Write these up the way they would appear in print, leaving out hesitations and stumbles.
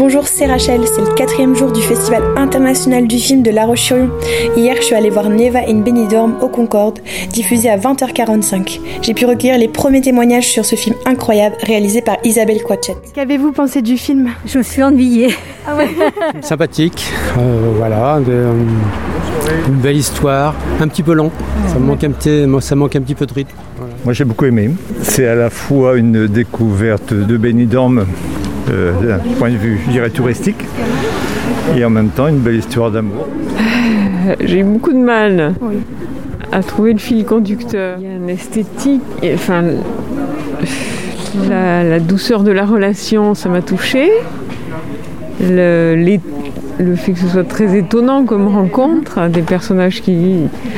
Bonjour, c'est Rachel, c'est le 4e jour du Festival international du film de La Roche-sur-Yon. Hier, je suis allée voir Neva in Benidorm au Concorde, diffusé à 20h45. J'ai pu recueillir les premiers témoignages sur ce film incroyable réalisé par Isabelle Coixet. Qu'avez-vous pensé du film ? Je me suis ennuyée. Ah ouais. Sympathique, une belle histoire, un petit peu long, ça manque un petit peu de rythme. Voilà. Moi j'ai beaucoup aimé, c'est à la fois une découverte de Benidorm d'un point de vue, je dirais, touristique, et en même temps une belle histoire d'amour. J'ai eu beaucoup de mal à trouver le fil conducteur. Il y a une esthétique, la douceur de la relation, ça m'a touchée. Le fait que ce soit très étonnant comme rencontre, des personnages qui...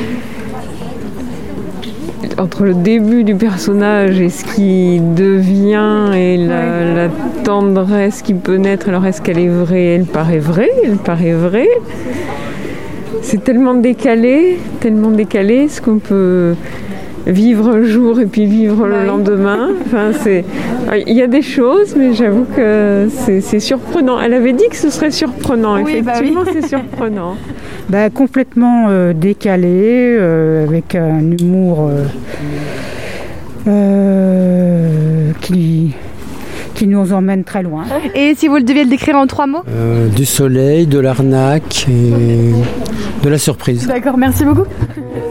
Entre le début du personnage et ce qui devient et la tendresse qui peut naître, alors est-ce qu'elle est vraie ? Elle paraît vraie. C'est tellement décalé, ce qu'on peut vivre un jour et puis vivre le lendemain. Il y a des choses, mais j'avoue que c'est surprenant. Elle avait dit que ce serait surprenant, effectivement, c'est surprenant. Complètement décalé, avec un humour qui nous emmène très loin. Et si vous deviez le décrire en 3 mots ? Du soleil, de l'arnaque et de la surprise. D'accord, merci beaucoup.